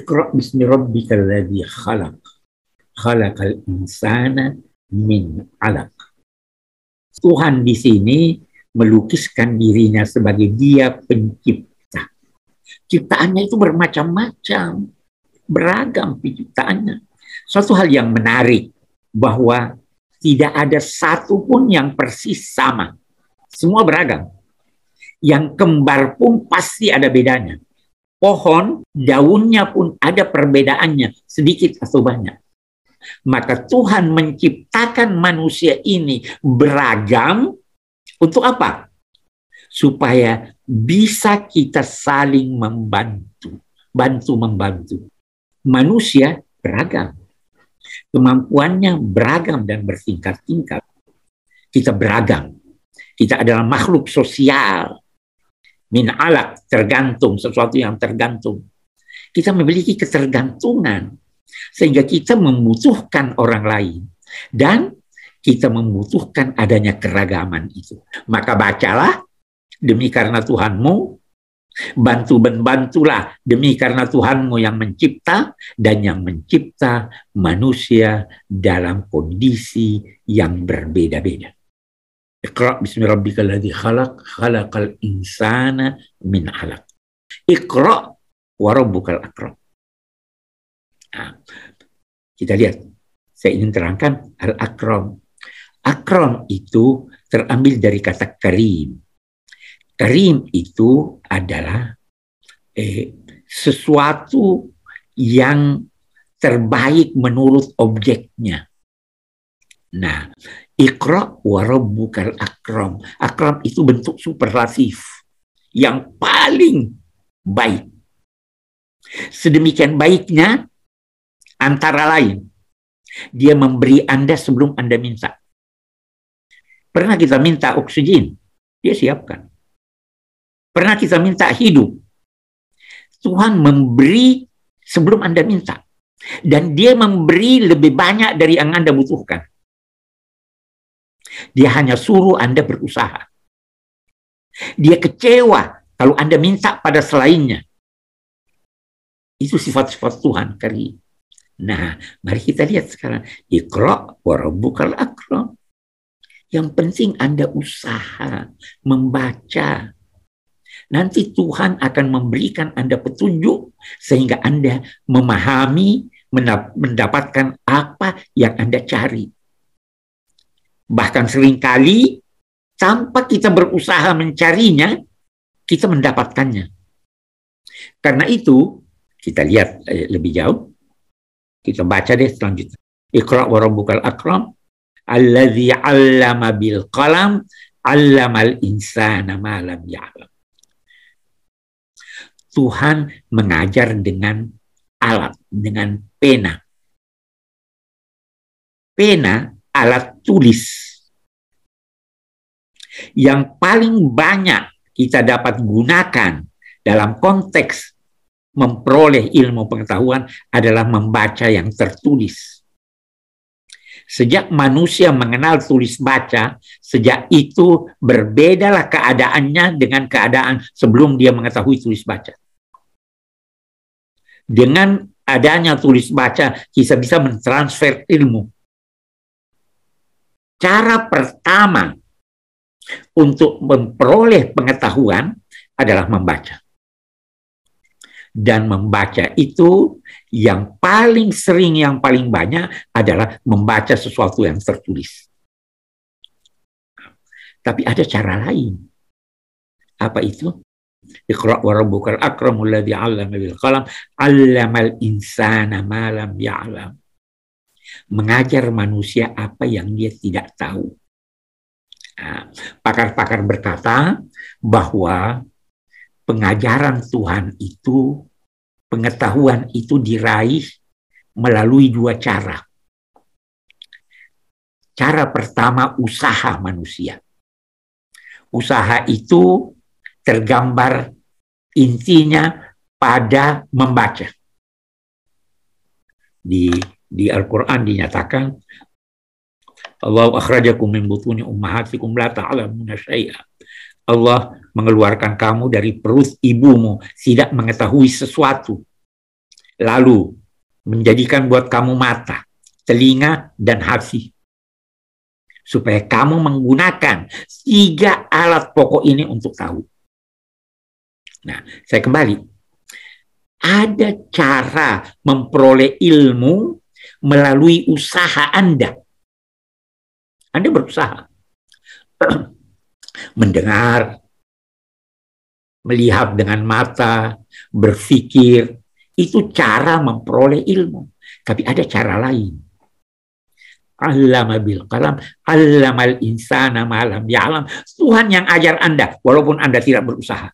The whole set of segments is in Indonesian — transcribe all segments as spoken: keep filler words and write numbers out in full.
Iqra' bismi rabbikal ladzi khalaq. Khalaqal insana min 'alaq. Tuhan di sini melukiskan dirinya sebagai Dia pencipta. Ciptaannya itu bermacam-macam, beragam penciptaannya. Suatu hal yang menarik bahwa tidak ada satu pun yang persis sama. Semua beragam. Yang kembar pun pasti ada bedanya. Pohon, daunnya pun ada perbedaannya, sedikit atau banyak. Maka Tuhan menciptakan manusia ini beragam untuk apa? Supaya bisa kita saling membantu, bantu-membantu. Manusia beragam, kemampuannya beragam dan bertingkat-tingkat. Kita beragam, kita adalah makhluk sosial. Min alaq, tergantung, sesuatu yang tergantung. Kita memiliki ketergantungan, sehingga kita membutuhkan orang lain. Dan kita membutuhkan adanya keragaman itu. Maka bacalah, demi karena Tuhanmu, bantu-bantulah demi karena Tuhanmu yang mencipta, dan yang mencipta manusia dalam kondisi yang berbeda-beda. Iqra' bismi rabbikal ladzi khalaq, khalaqal insana min 'alaq. Iqra' wa rabbukal akram. Nah, kita lihat, saya ingin terangkan al-akram. Akram itu terambil dari kata karim. Karim itu adalah eh, sesuatu yang terbaik menurut objeknya. Nah, Iqra' wa rabbukal akram. Akram itu bentuk superlatif yang paling baik. Sedemikian baiknya, antara lain, dia memberi Anda sebelum Anda minta. Pernah kita minta oksigen, dia siapkan. Pernah kita minta hidup, Tuhan memberi sebelum Anda minta. Dan dia memberi lebih banyak dari yang Anda butuhkan. Dia hanya suruh Anda berusaha. Dia kecewa kalau Anda minta pada selainnya. Itu sifat-sifat Tuhan karim. Nah, mari kita lihat sekarang. Iqra' wa rabbukal akram. Yang penting Anda usaha membaca. Nanti Tuhan akan memberikan Anda petunjuk sehingga Anda memahami, mendapatkan apa yang Anda cari. Bahkan seringkali tanpa kita berusaha mencarinya, kita mendapatkannya. Karena itu, kita lihat lebih jauh. Kita baca deh selanjutnya. Iqra' wa rabbukal akram. Alladzi 'allama bil qalam. 'Allamal insana ma lam ya'lam. Tuhan mengajar dengan alat, dengan pena. Pena, alat tulis. Yang paling banyak kita dapat gunakan dalam konteks memperoleh ilmu pengetahuan adalah membaca yang tertulis. Sejak manusia mengenal tulis baca, sejak itu berbedalah keadaannya dengan keadaan sebelum dia mengetahui tulis baca. Dengan adanya tulis baca, kita bisa mentransfer ilmu. Cara pertama untuk memperoleh pengetahuan adalah membaca. Dan membaca itu yang paling sering, yang paling banyak adalah membaca sesuatu yang tertulis. Tapi ada cara lain. Apa itu? Iqra' wa rabbukal akramul ladzi 'allama bil qalam 'allamal insana ma lam ya'lam. Mengajar manusia apa yang dia tidak tahu. Pakar-pakar nah, berkata bahwa pengajaran Tuhan itu, pengetahuan itu diraih melalui dua cara. Cara pertama, usaha manusia. Usaha itu tergambar intinya pada membaca. Di di Al-Quran dinyatakan, Allah akhrajakum min butuni ummahatikum la ta'lamuna syai'a. Allah mengeluarkan kamu dari perut ibumu tidak mengetahui sesuatu. lalu menjadikan buat kamu mata, telinga, dan hati, supaya kamu menggunakan tiga alat pokok ini untuk tahu. Nah, saya kembali. Ada cara memperoleh ilmu melalui usaha Anda. Anda berusaha mendengar, melihat dengan mata, berpikir, itu cara memperoleh ilmu. Tapi ada cara lain. Allama bil qalam, allamal insana ma lam ya'lam. Tuhan yang ajar Anda walaupun Anda tidak berusaha.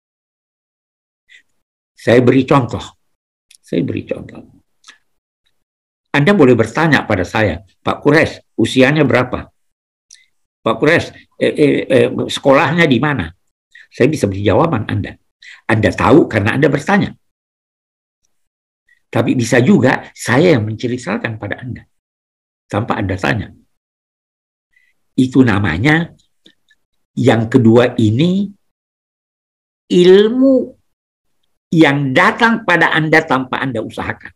Saya beri contoh. Saya beri contoh. Anda boleh bertanya pada saya, Pak Kures, usianya berapa? Pak Kures, eh, eh, eh, sekolahnya di mana? Saya bisa beri jawaban Anda. Anda tahu karena Anda bertanya. Tapi bisa juga saya yang menceritakan pada Anda tanpa Anda tanya. Itu namanya yang kedua ini ilmu yang datang pada Anda tanpa Anda usahakan.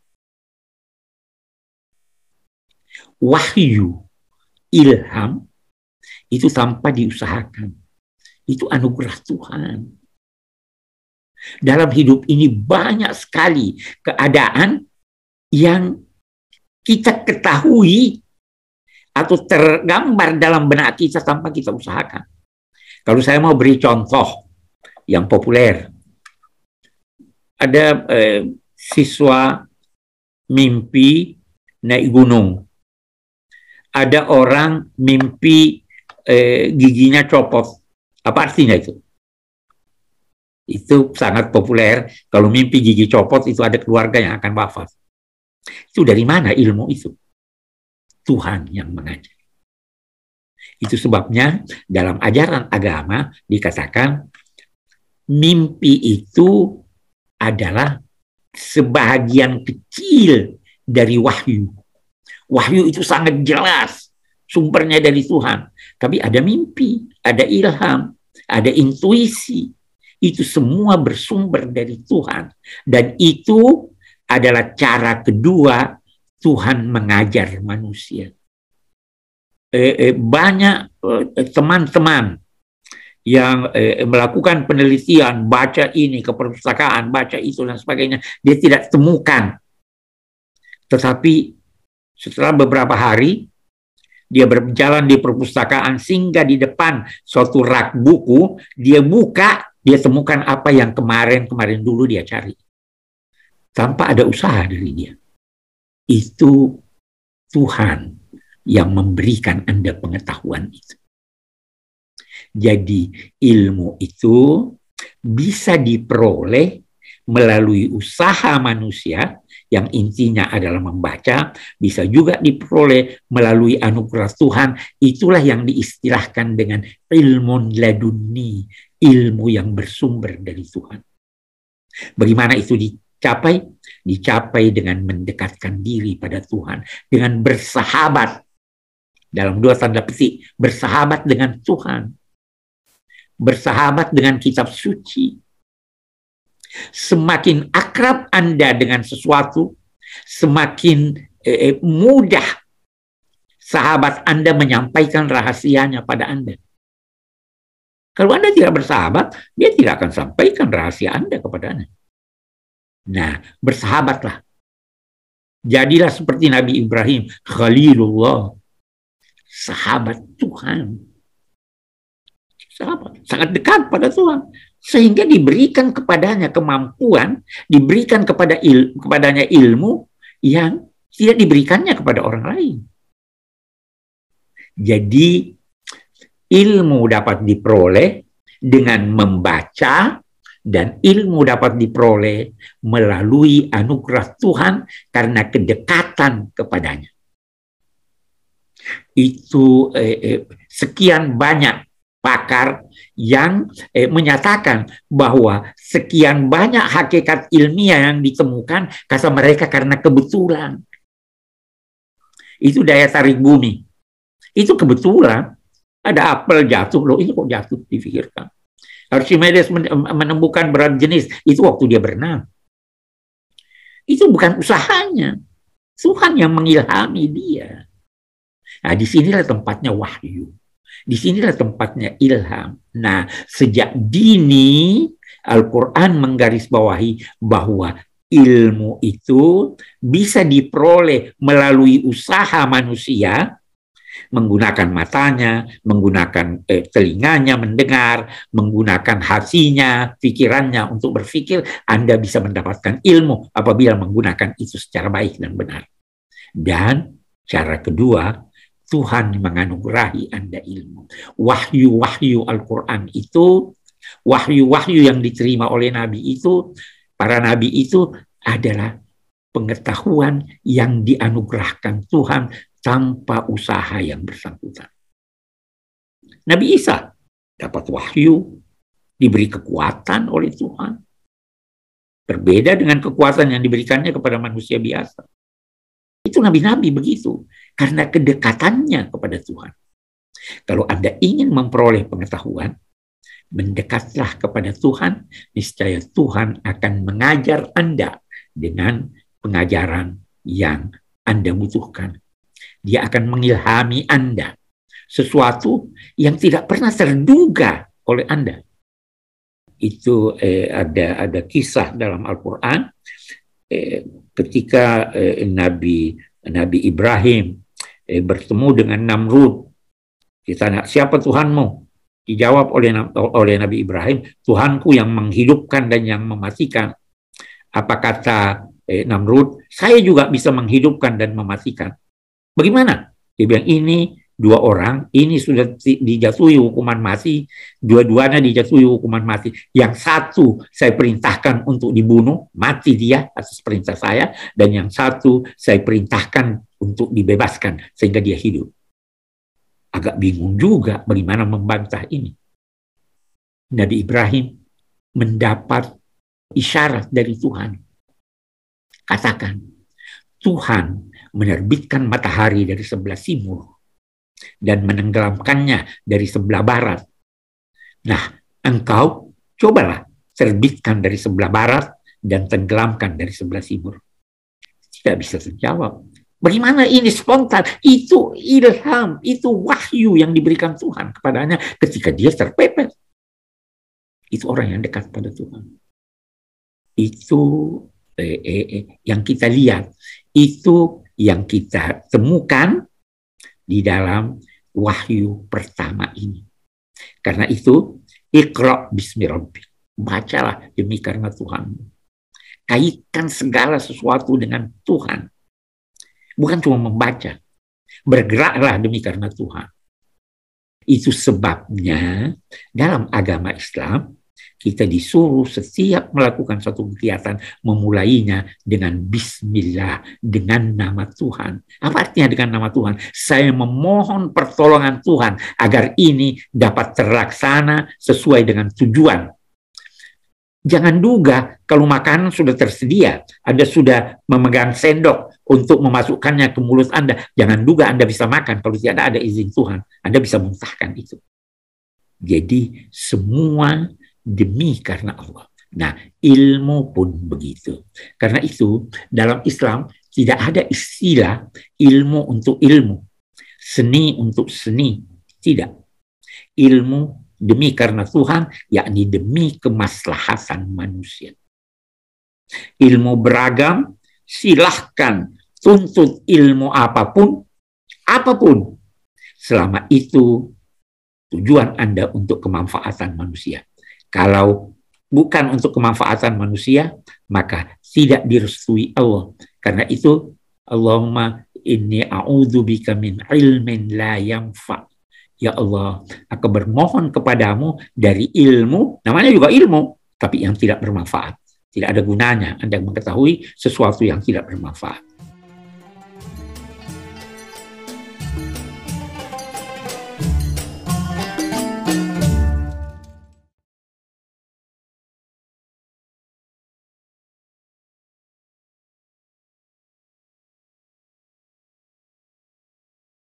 Wahyu, ilham, itu tanpa diusahakan. Itu anugerah Tuhan. Dalam hidup ini banyak sekali keadaan yang kita ketahui atau tergambar dalam benak kita tanpa kita usahakan. Kalau saya mau beri contoh yang populer, ada eh, siswa mimpi naik gunung. Ada orang mimpi eh, giginya copot. Apa artinya itu? Itu sangat populer. Kalau mimpi gigi copot itu ada keluarga yang akan wafat. Itu dari mana ilmu itu? Tuhan yang mengajar. Itu sebabnya dalam ajaran agama dikatakan mimpi itu adalah sebahagian kecil dari wahyu. Wahyu itu sangat jelas sumbernya dari Tuhan. Tapi ada mimpi, ada ilham, ada intuisi. Itu semua bersumber dari Tuhan. Dan itu adalah cara kedua Tuhan mengajar manusia. Eh, eh, banyak teman-teman eh, yang eh, melakukan penelitian, baca ini ke perpustakaan, baca itu dan sebagainya, dia tidak temukan. Tetapi setelah beberapa hari, dia berjalan di perpustakaan, sehingga di depan suatu rak buku, dia buka, dia temukan apa yang kemarin-kemarin dulu dia cari. Tanpa ada usaha dari dia. Itu Tuhan yang memberikan Anda pengetahuan itu. Jadi ilmu itu bisa diperoleh melalui usaha manusia yang intinya adalah membaca, bisa juga diperoleh melalui anugerah Tuhan. Itulah yang diistilahkan dengan ilmu laduni, ilmu yang bersumber dari Tuhan. Bagaimana itu dicapai? Dicapai dengan mendekatkan diri pada Tuhan, dengan bersahabat, dalam dua tanda petik, bersahabat dengan Tuhan, bersahabat dengan kitab suci. Semakin akrab Anda dengan sesuatu, semakin eh, mudah sahabat Anda menyampaikan rahasianya pada Anda. Kalau Anda tidak bersahabat, dia tidak akan sampaikan rahasia Anda kepada Anda. Nah, bersahabatlah. Jadilah seperti Nabi Ibrahim, Khalilullah, sahabat Tuhan. Sahabat, sangat dekat pada Tuhan. Sehingga diberikan kepadanya kemampuan, diberikan kepada il, kepadanya ilmu yang tidak diberikannya kepada orang lain. Jadi ilmu dapat diperoleh dengan membaca, dan ilmu dapat diperoleh melalui anugerah Tuhan karena kedekatan kepadanya. Itu eh, eh, sekian banyak pakar yang eh, menyatakan bahwa sekian banyak hakikat ilmiah yang ditemukan kata mereka karena kebetulan. Itu daya tarik bumi. Itu kebetulan. Ada apel jatuh, loh ini kok jatuh, dipikirkan. Archimedes menemukan berat jenis, itu waktu dia berenang. Itu bukan usahanya. Tuhan yang mengilhami dia. Nah, disinilah tempatnya wahyu. Disinilah tempatnya ilham. Nah, sejak dini Al-Quran menggarisbawahi bahwa ilmu itu bisa diperoleh melalui usaha manusia, menggunakan matanya, menggunakan eh, telinganya mendengar, menggunakan hatinya, pikirannya untuk berpikir. Anda bisa mendapatkan ilmu apabila menggunakan itu secara baik dan benar. Dan cara kedua, Tuhan menganugerahi Anda ilmu. Wahyu-wahyu Al-Quran itu, wahyu-wahyu yang diterima oleh Nabi itu, para Nabi itu adalah pengetahuan yang dianugerahkan Tuhan tanpa usaha yang bersangkutan. Nabi Isa dapat wahyu, diberi kekuatan oleh Tuhan. Berbeda dengan kekuatan yang diberikannya kepada manusia biasa. Itu nabi-nabi begitu, karena kedekatannya kepada Tuhan. Kalau Anda ingin memperoleh pengetahuan, mendekatlah kepada Tuhan, niscaya Tuhan akan mengajar Anda dengan pengajaran yang Anda butuhkan. Dia akan mengilhami Anda sesuatu yang tidak pernah terduga oleh Anda. Itu eh, ada ada kisah dalam Al-Quran eh, ketika eh, Nabi Nabi Ibrahim eh, bertemu dengan Namrud. Ditanya, siapa Tuhanmu? Dijawab oleh oleh Nabi Ibrahim, Tuhanku yang menghidupkan dan yang mematikan. Apa kata eh, Namrud? Saya juga bisa menghidupkan dan mematikan. Bagaimana? Dia bilang, ini dua orang, ini sudah dijatuhi hukuman mati, dua-duanya dijatuhi hukuman mati. Yang satu saya perintahkan untuk dibunuh, mati dia atas perintah saya, dan yang satu saya perintahkan untuk dibebaskan sehingga dia hidup. Agak bingung juga bagaimana membantah ini. Nabi Ibrahim mendapat isyarat dari Tuhan. Katakan, Tuhan menerbitkan matahari dari sebelah timur dan menenggelamkannya dari sebelah barat. Nah, engkau cobalah terbitkan dari sebelah barat dan tenggelamkan dari sebelah timur. Tidak bisa terjawab. Bagaimana ini spontan? Itu ilham, itu wahyu yang diberikan Tuhan kepadanya ketika dia terpepet. Itu orang yang dekat pada Tuhan. Itu eh, eh, eh, yang kita lihat. Itu yang kita temukan di dalam wahyu pertama ini. Karena itu, Iqra bismi rabbik. Bacalah demi karena Tuhan. Kaitkan segala sesuatu dengan Tuhan. Bukan cuma membaca. Bergeraklah demi karena Tuhan. Itu sebabnya dalam agama Islam, kita disuruh setiap melakukan satu kegiatan memulainya dengan bismillah, dengan nama Tuhan. Apa artinya dengan nama Tuhan? Saya memohon pertolongan Tuhan agar ini dapat terlaksana sesuai dengan tujuan. Jangan duga kalau makanan sudah tersedia, Anda sudah memegang sendok untuk memasukkannya ke mulut Anda. Jangan duga Anda bisa makan kalau tidak ada izin Tuhan. Anda bisa muntahkan itu. Jadi semua demi karena Allah. Nah, ilmu pun begitu. Karena itu, dalam Islam tidak ada istilah ilmu untuk ilmu, seni untuk seni. Tidak. Ilmu demi karena Tuhan, yakni demi kemaslahatan manusia. Ilmu beragam, silahkan tuntut ilmu apapun, apapun. Selama itu tujuan Anda untuk kemanfaatan manusia. Kalau bukan untuk kemanfaatan manusia, maka tidak direstui Allah. Karena itu, Allahumma inni a'udzubika min ilmin la yanfa'. Ya Allah, aku bermohon kepadamu dari ilmu, namanya juga ilmu, tapi yang tidak bermanfaat. Tidak ada gunanya Anda mengetahui sesuatu yang tidak bermanfaat.